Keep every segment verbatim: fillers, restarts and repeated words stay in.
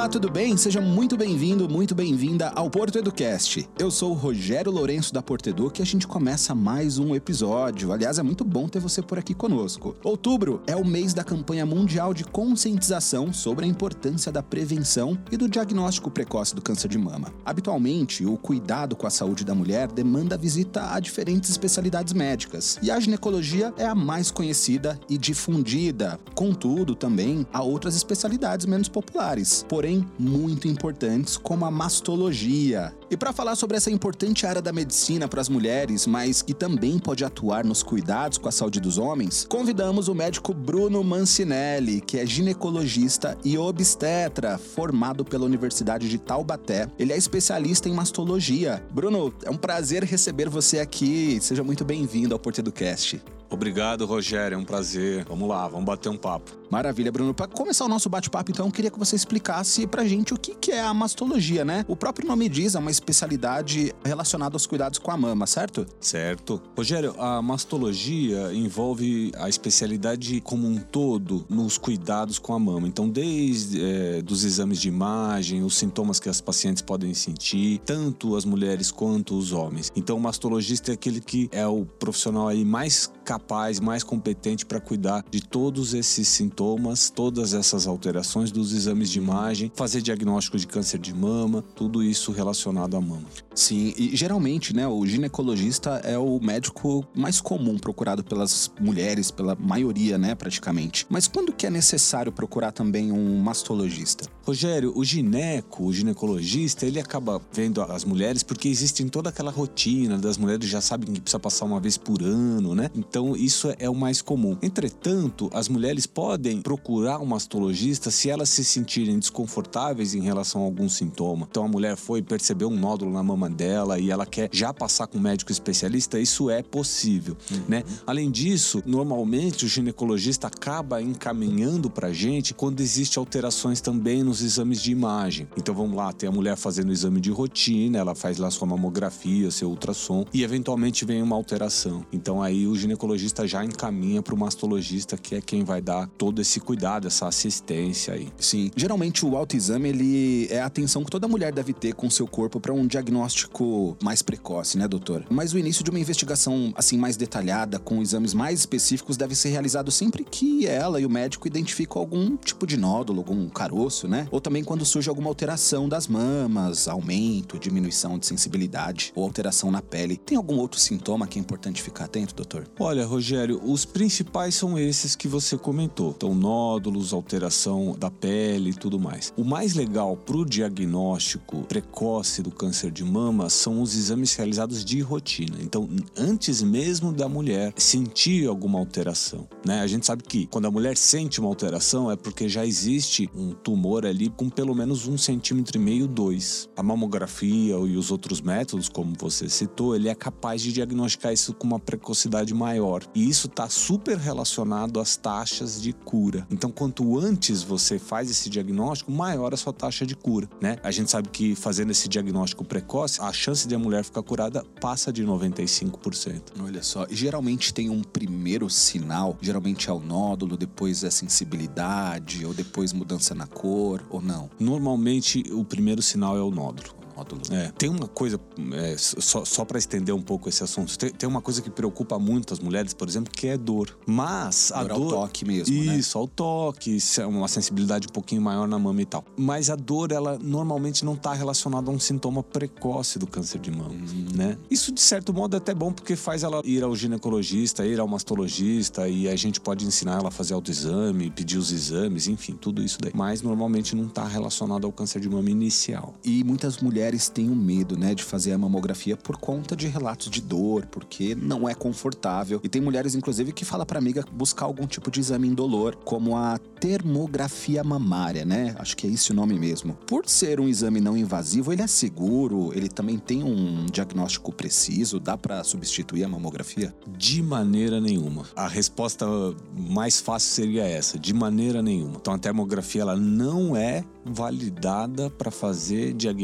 Olá, tudo bem? Seja muito bem-vindo, muito bem-vinda ao Porto Educast. Eu sou o Rogério Lourenço da Porto Edu e a gente começa mais um episódio. Aliás, é muito bom ter você por aqui conosco. Outubro é o mês da campanha mundial de conscientização sobre a importância da prevenção e do diagnóstico precoce do câncer de mama. Habitualmente, o cuidado com a saúde da mulher demanda visita a diferentes especialidades médicas, e a ginecologia é a mais conhecida e difundida. Contudo, também há outras especialidades menos populares, porém muito importantes, como a mastologia. E para falar sobre essa importante área da medicina para as mulheres, mas que também pode atuar nos cuidados com a saúde dos homens, convidamos o médico Bruno Mancinelli, que é ginecologista e obstetra, formado pela Universidade de Taubaté. Ele é especialista em mastologia. Bruno, é um prazer receber você aqui. Seja muito bem-vindo ao Porto Educast. Obrigado, Rogério, é um prazer. Vamos lá, vamos bater um papo. Maravilha, Bruno. Para começar o nosso bate-papo, então, eu queria que você explicasse pra gente o que, que é a mastologia, né? O próprio nome diz, é uma especialidade relacionada aos cuidados com a mama, certo? Certo. Rogério, a mastologia envolve a especialidade como um todo nos cuidados com a mama. Então, desde é, dos exames de imagem, os sintomas que as pacientes podem sentir, tanto as mulheres quanto os homens. Então, o mastologista é aquele que é o profissional aí mais capaz, mais competente para cuidar de todos esses sintomas, todas essas alterações dos exames de imagem, fazer diagnóstico de câncer de mama, tudo isso relacionado à mama. Sim, e geralmente, né, o ginecologista é o médico mais comum procurado pelas mulheres, pela maioria, né, praticamente. Mas quando que é necessário procurar também um mastologista? Rogério, o gineco, o ginecologista, ele acaba vendo as mulheres porque existe toda aquela rotina das mulheres, já sabem que precisa passar uma vez por ano, né? Então isso é o mais comum. Entretanto, as mulheres podem procurar um mastologista se elas se sentirem desconfortáveis em relação a algum sintoma. Então a mulher foi perceber um nódulo na mama dela e ela quer já passar com um médico especialista, isso é possível, uhum. né? Além disso, normalmente o ginecologista acaba encaminhando pra gente quando existe alterações também nos exames de imagem. Então vamos lá, tem a mulher fazendo o exame de rotina, ela faz lá sua mamografia, seu ultrassom e eventualmente vem uma alteração. Então aí o ginecologista já encaminha pro mastologista, que é quem vai dar todo esse cuidado, essa assistência aí. Sim, geralmente o autoexame, ele é a atenção que toda mulher deve ter com o seu corpo para um diagnóstico mais precoce, né, doutor? Mas o início de uma investigação, assim, mais detalhada, com exames mais específicos, deve ser realizado sempre que ela e o médico identificam algum tipo de nódulo, algum caroço, né? Ou também quando surge alguma alteração das mamas, aumento, diminuição de sensibilidade ou alteração na pele. Tem algum outro sintoma que é importante ficar atento, doutor? Olha, Rogério, os principais são esses que você comentou. Então, nódulos, alteração da pele e tudo mais. O mais legal pro diagnóstico precoce do câncer de mama são os exames realizados de rotina. Então, antes mesmo da mulher sentir alguma alteração, né? A gente sabe que quando a mulher sente uma alteração é porque já existe um tumor ali com pelo menos um centímetro e meio, dois. A mamografia e os outros métodos, como você citou, ele é capaz de diagnosticar isso com uma precocidade maior. E isso está super relacionado às taxas de cura. Então, quanto antes você faz esse diagnóstico, maior a sua taxa de cura, né? A gente sabe que fazendo esse diagnóstico precoce, a chance de a mulher ficar curada passa de noventa e cinco por cento. Olha só, e geralmente tem um primeiro sinal, geralmente é o nódulo, depois é sensibilidade, ou depois mudança na cor, ou não? Normalmente o primeiro sinal é o nódulo. Nódulo. É, tem uma coisa, é, só, só para estender um pouco esse assunto, tem, tem uma coisa que preocupa muito as mulheres, por exemplo, que é dor. Mas a dor... dor... ao toque mesmo, Isso, né? ao toque, uma sensibilidade um pouquinho maior na mama e tal. Mas a dor, ela normalmente não está relacionada a um sintoma precoce do câncer de mama, hum. né? Isso, de certo modo, é até bom, porque faz ela ir ao ginecologista, ir ao mastologista, e a gente pode ensinar ela a fazer autoexame, pedir os exames, enfim, tudo isso daí. Mas normalmente não está relacionado ao câncer de mama inicial. E muitas mulheres têm um medo, né, de fazer a mamografia por conta de relatos de dor, porque não é confortável. E tem mulheres, inclusive, que falam pra amiga buscar algum tipo de exame indolor, como a termografia mamária, né? Acho que é esse o nome mesmo. Por ser um exame não invasivo, ele é seguro, ele também tem um diagnóstico preciso, dá pra substituir a mamografia? De maneira nenhuma. A resposta mais fácil seria essa, de maneira nenhuma. Então a termografia, ela não é validada para fazer diagnóstico precoce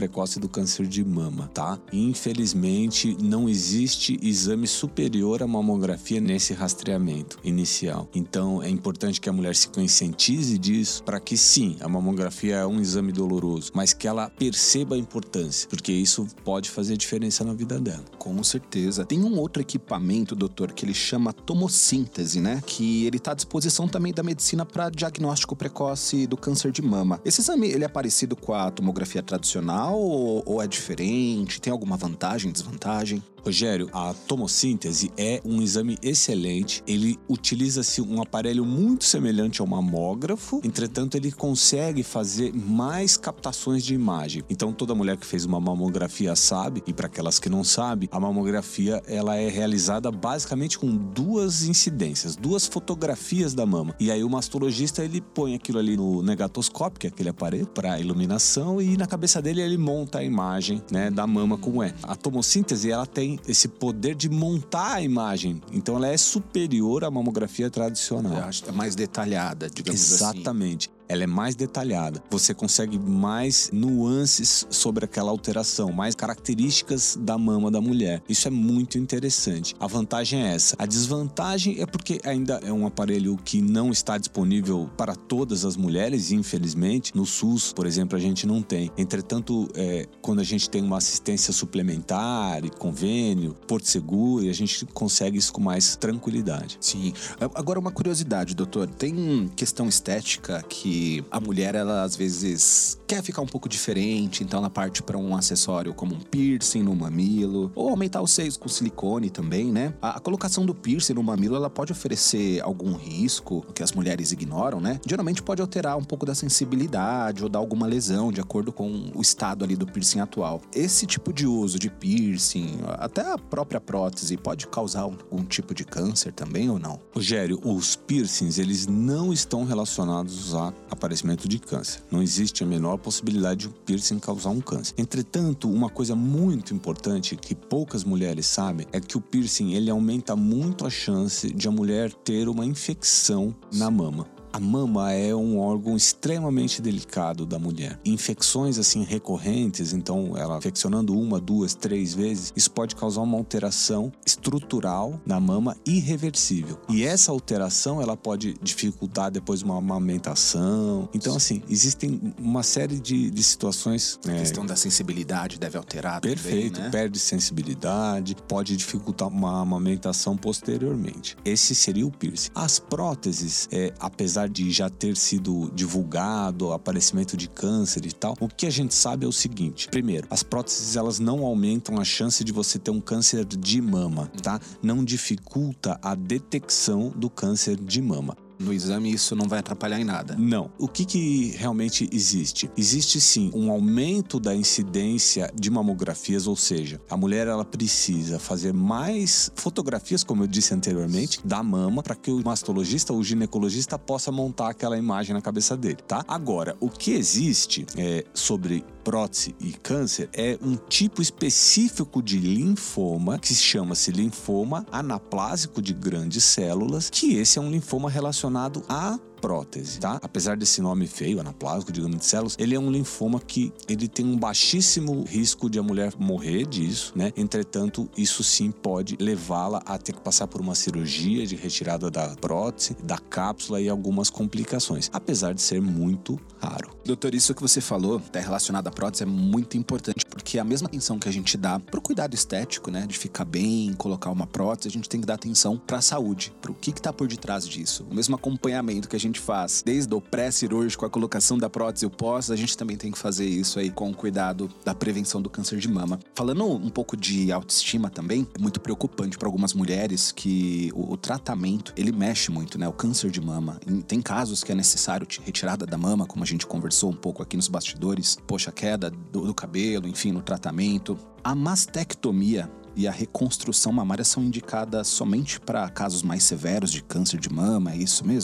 precoce do câncer de mama, tá? Infelizmente, não existe exame superior à mamografia nesse rastreamento inicial. Então, é importante que a mulher se conscientize disso para que, sim, a mamografia é um exame doloroso, mas que ela perceba a importância, porque isso pode fazer diferença na vida dela. Com certeza. Tem um outro equipamento, doutor, que ele chama tomossíntese, né? Que ele está à disposição também da medicina para diagnóstico precoce do câncer de mama. Esse exame, ele é parecido com a tomografia tradicional ou, ou é diferente? Tem alguma vantagem, desvantagem? Rogério, a tomossíntese é um exame excelente. Ele utiliza-se um aparelho muito semelhante ao mamógrafo, entretanto ele consegue fazer mais captações de imagem. Então toda mulher que fez uma mamografia sabe, e para aquelas que não sabem, a mamografia ela é realizada basicamente com duas incidências, duas fotografias da mama. E aí o mastologista ele põe aquilo ali no negatoscópio, que é aquele aparelho para iluminação, e na cabeça dele ele monta a imagem, né, da mama como é. A tomossíntese ela tem esse poder de montar a imagem. Então ela é superior à mamografia tradicional. Eu acho que é mais detalhada, digamos assim. Exatamente. Ela é mais detalhada. Você consegue mais nuances sobre aquela alteração, mais características da mama da mulher. Isso é muito interessante. A vantagem é essa. A desvantagem é porque ainda é um aparelho que não está disponível para todas as mulheres, infelizmente. No SUS, por exemplo, a gente não tem. Entretanto, é, quando a gente tem uma assistência suplementar e convênio, Porto Seguro, a gente consegue isso com mais tranquilidade. Sim. Agora, uma curiosidade, doutor. Tem questão estética que a mulher, ela às vezes quer ficar um pouco diferente, então ela parte para um acessório como um piercing no mamilo, ou aumentar os seios com silicone também, né? A, a colocação do piercing no mamilo, ela pode oferecer algum risco que as mulheres ignoram, né? Geralmente pode alterar um pouco da sensibilidade ou dar alguma lesão, de acordo com o estado ali do piercing atual. Esse tipo de uso de piercing, até a própria prótese, pode causar algum tipo de câncer também ou não? Rogério, os piercings, eles não estão relacionados a aparecimento de câncer. Não existe a menor possibilidade de um piercing causar um câncer. Entretanto, uma coisa muito importante que poucas mulheres sabem é que o piercing ele aumenta muito a chance de a mulher ter uma infecção na mama. A mama é um órgão extremamente delicado da mulher. Infecções assim recorrentes, então ela infeccionando uma, duas, três vezes, isso pode causar uma alteração estrutural na mama irreversível. E essa alteração ela pode dificultar depois uma amamentação. Então assim, existem uma série de, de situações. A é, questão da sensibilidade deve alterar perfeito, também, né? Perde sensibilidade, pode dificultar uma amamentação posteriormente. Esse seria o piercing. As próteses, é, apesar de já ter sido divulgado o aparecimento de câncer e tal, o que a gente sabe é o seguinte: primeiro, as próteses elas não aumentam a chance de você ter um câncer de mama, tá? Não dificulta a detecção do câncer de mama. No exame isso não vai atrapalhar em nada? Não. O que que realmente existe? Existe sim um aumento da incidência de mamografias, ou seja, a mulher ela precisa fazer mais fotografias, como eu disse anteriormente, da mama, para que o mastologista ou o ginecologista possa montar aquela imagem na cabeça dele, tá? Agora, o que existe é, sobre prótese e câncer é um tipo específico de linfoma que chama-se linfoma anaplásico de grandes células, que esse é um linfoma relacionado a prótese, tá? Apesar desse nome feio, anaplásico de grandes células, ele é um linfoma que ele tem um baixíssimo risco de a mulher morrer disso, né? Entretanto, isso sim pode levá-la a ter que passar por uma cirurgia de retirada da prótese, da cápsula e algumas complicações, apesar de ser muito raro. Doutor, isso que você falou, até relacionado à prótese, é muito importante, porque a mesma atenção que a gente dá pro cuidado estético, né, de ficar bem, colocar uma prótese, a gente tem que dar atenção pra saúde, pro que que tá por detrás disso. O mesmo acompanhamento que a gente faz, desde o pré-cirúrgico, a colocação da prótese e o pós, a gente também tem que fazer isso aí com o cuidado da prevenção do câncer de mama. Falando um pouco de autoestima também, é muito preocupante para algumas mulheres que o, o tratamento, ele mexe muito, né, o câncer de mama. E tem casos que é necessário retirada da mama, como a gente conversou um pouco aqui nos bastidores, poxa, queda do, do cabelo, enfim, no tratamento. A mastectomia e a reconstrução mamária são indicadas somente para casos mais severos de câncer de mama, é isso mesmo?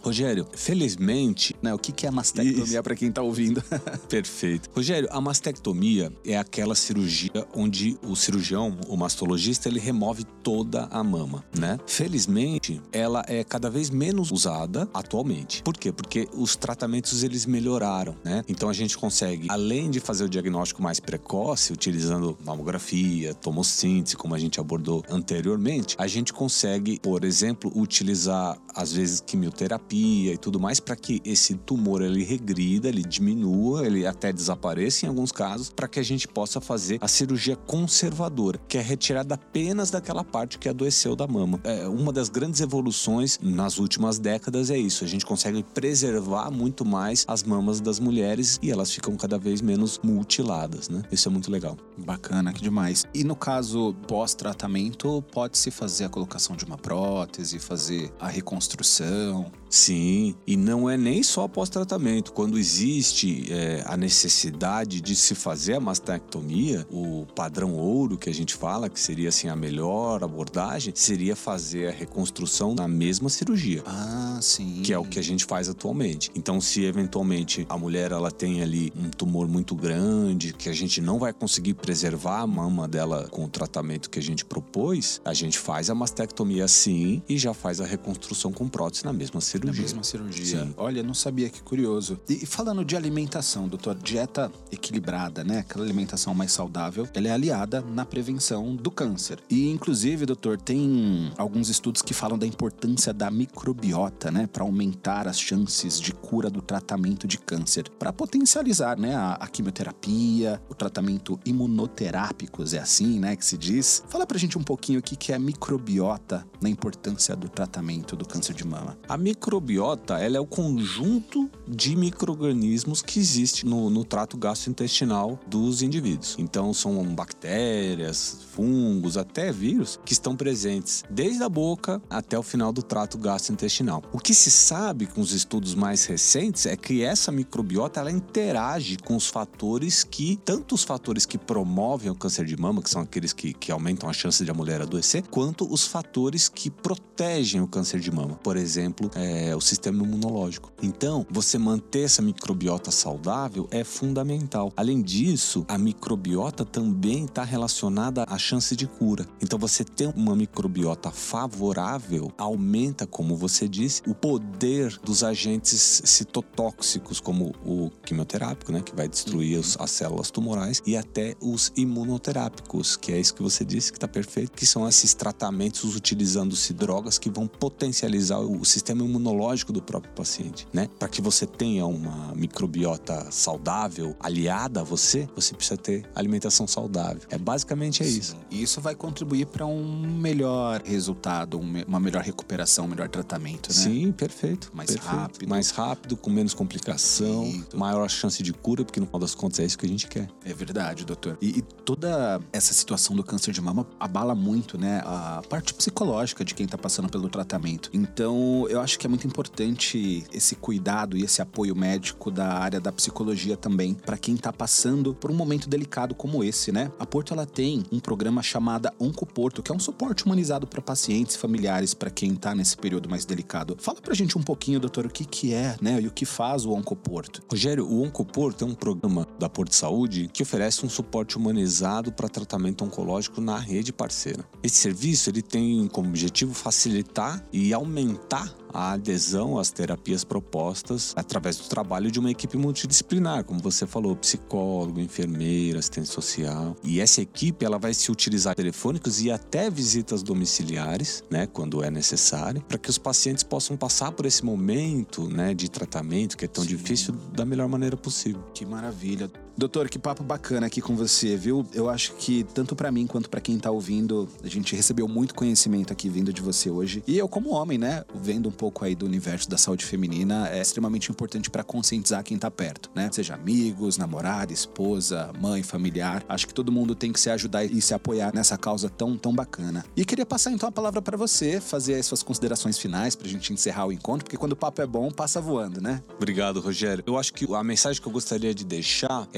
Rogério, felizmente... Né, o que, que é a mastectomia para quem tá ouvindo? Perfeito. Rogério, a mastectomia é aquela cirurgia onde o cirurgião, o mastologista, ele remove toda a mama, né? Felizmente, ela é cada vez menos usada atualmente. Por quê? Porque os tratamentos, eles melhoraram, né? Então a gente consegue, além de fazer o diagnóstico mais precoce, utilizando mamografia, tomossíntese, como a gente abordou anteriormente, a gente consegue, por exemplo, utilizar, às vezes, quimioterapia e tudo mais, para que esse tumor, ele regrida, ele diminua, ele até desapareça em alguns casos, para que a gente possa fazer a cirurgia conservadora, que é retirada apenas daquela parte que adoeceu da mama. É, uma das grandes evoluções nas últimas décadas é isso, a gente consegue preservar muito mais as mamas das mulheres e elas ficam cada vez menos mutiladas, né? Isso é muito legal. Bacana, que demais. E no caso pós-tratamento, pode-se fazer a colocação de uma prótese, fazer a reconstrução? Sim, e não é nem só pós-tratamento. Quando existe é, a necessidade de se fazer a mastectomia, o padrão ouro que a gente fala, que seria assim a melhor abordagem, seria fazer a reconstrução na mesma cirurgia. Ah, sim. Que é o que a gente faz atualmente. Então, se eventualmente a mulher ela tem ali um tumor muito grande, que a gente não vai conseguir preservar a mama dela com o tratamento que a gente propôs, a gente faz a mastectomia sim e já faz a reconstrução com prótese na mesma cirurgia. Na mesma cirurgia. Sim. Olha, não sabia, que curioso. E, e falando de alimentação, doutor, dieta equilibrada, né? Aquela alimentação mais saudável, ela é aliada na prevenção do câncer. E, inclusive, doutor, tem alguns estudos que falam da importância da microbiota, né? Para aumentar as chances de cura do tratamento de câncer. Para potencializar, né? A, a quimioterapia, o tratamento imunoterápicos, é assim, né? Que se diz. Fala pra gente um pouquinho o que, que é microbiota na importância do tratamento do câncer de mama. A microbiota, ela é o conjunto de micro-organismos que existe no, no trato gastrointestinal dos indivíduos. Então, são bactérias, fungos, até vírus que estão presentes desde a boca até o final do trato gastrointestinal. O que se sabe com os estudos mais recentes é que essa microbiota, ela interage com os fatores que, tanto os fatores que promovem o câncer de mama, que são aqueles que, que aumentam a chance de a mulher adoecer, quanto os fatores que protegem o câncer de mama. Por exemplo, É, o sistema imunológico. Então, você manter essa microbiota saudável é fundamental. Além disso, a microbiota também está relacionada à chance de cura. Então, você ter uma microbiota favorável aumenta, como você disse, o poder dos agentes citotóxicos, como o quimioterápico, né, que vai destruir os, as células tumorais, e até os imunoterápicos, que é isso que você disse, que está perfeito, que são esses tratamentos utilizando-se drogas que vão potencializar o sistema imunológico do próprio paciente, né? Para que você tenha uma microbiota saudável aliada a você, você precisa ter alimentação saudável. É basicamente é Sim. isso. E isso vai contribuir para um melhor resultado, uma melhor recuperação, um melhor tratamento, né? Sim, perfeito. Mais perfeito. rápido. Mais rápido, com menos complicação, Isso. maior chance de cura, porque no final das contas é isso que a gente quer. É verdade, doutor. E, e toda essa situação do câncer de mama abala muito, né, a parte psicológica de quem tá passando pelo tratamento. Então, eu acho que é muito importante esse cuidado e esse apoio médico da área da psicologia também, para quem tá passando por um momento delicado como esse, né? A Porto, ela tem um programa chamado Oncoporto, que é um suporte humanizado para pacientes e familiares, para quem tá nesse período mais delicado. Fala pra gente um pouquinho, doutor, o que que é, né, e o que faz o Oncoporto. Rogério, o Oncoporto é um programa da Porto Saúde que oferece um suporte humanizado para tratamento oncológico na rede parceira. Esse serviço, ele tem como objetivo facilitar e aumentar a adesão às terapias propostas através do trabalho de uma equipe multidisciplinar, como você falou, psicólogo, enfermeira, assistente social. E essa equipe, ela vai se utilizar telefônicos e até visitas domiciliares, né, quando é necessário, para que os pacientes possam passar por esse momento, né, de tratamento que é tão Sim. difícil da melhor maneira possível. Que maravilha. Doutor, que papo bacana aqui com você, viu? Eu acho que tanto pra mim quanto pra quem tá ouvindo, a gente recebeu muito conhecimento aqui vindo de você hoje. E eu, como homem, né, vendo um pouco aí do universo da saúde feminina, é extremamente importante pra conscientizar quem tá perto, né? Seja amigos, namorada, esposa, mãe, familiar. Acho que todo mundo tem que se ajudar e se apoiar nessa causa tão, tão bacana. E queria passar então a palavra pra você, fazer as suas considerações finais pra gente encerrar o encontro, porque quando o papo é bom, passa voando, né? Obrigado, Rogério. Eu acho que a mensagem que eu gostaria de deixar é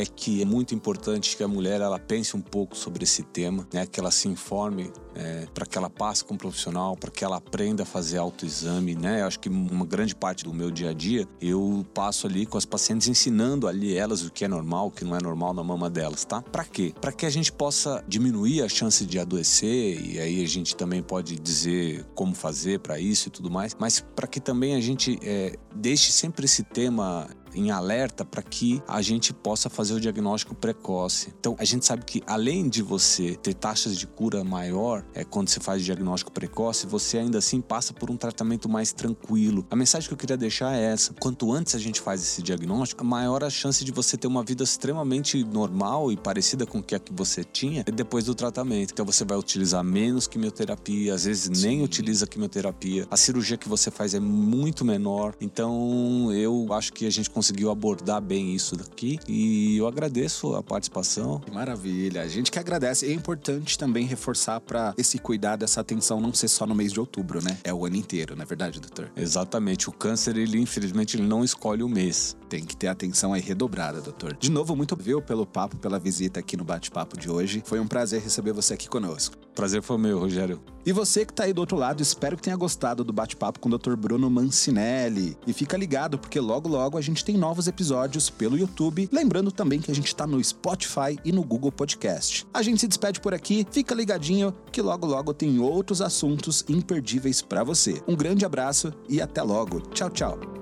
é que é muito importante que a mulher ela pense um pouco sobre esse tema, né? Que ela se informe, é, para que ela passe com um profissional, para que ela aprenda a fazer autoexame, né? Eu acho que uma grande parte do meu dia a dia eu passo ali com as pacientes ensinando ali elas o que é normal, o que não é normal na mama delas, tá? Para quê? Para que a gente possa diminuir a chance de adoecer, e aí a gente também pode dizer como fazer para isso e tudo mais, mas para que também a gente é, deixe sempre esse tema em alerta para que a gente possa fazer o diagnóstico precoce. Então, a gente sabe que além de você ter taxas de cura maior, é, quando você faz diagnóstico precoce, você ainda assim passa por um tratamento mais tranquilo. A mensagem que eu queria deixar é essa: quanto antes a gente faz esse diagnóstico, maior a chance de você ter uma vida extremamente normal e parecida com o que, é que você tinha depois do tratamento. Então, você vai utilizar menos quimioterapia, às vezes nem Sim. utiliza quimioterapia. A cirurgia que você faz é muito menor. Então, eu acho que a gente consegue conseguiu abordar bem isso daqui e eu agradeço a participação. Maravilha, a gente que agradece. É importante também reforçar para esse cuidado, essa atenção não ser só no mês de outubro, né? É o ano inteiro, não é verdade, doutor? Exatamente, o câncer, ele infelizmente ele não escolhe o mês. Tem que ter atenção aí redobrada, doutor. De novo, muito obrigado pelo papo, pela visita aqui no bate-papo de hoje. Foi um prazer receber você aqui conosco. Prazer foi meu, Rogério. E você que tá aí do outro lado, espero que tenha gostado do bate-papo com o doutor Bruno Mancinelli. E fica ligado, porque logo logo a gente tem novos episódios pelo YouTube. Lembrando também que a gente tá no Spotify e no Google Podcast. A gente se despede por aqui, fica ligadinho que logo logo tem outros assuntos imperdíveis para você. Um grande abraço e até logo. Tchau, tchau.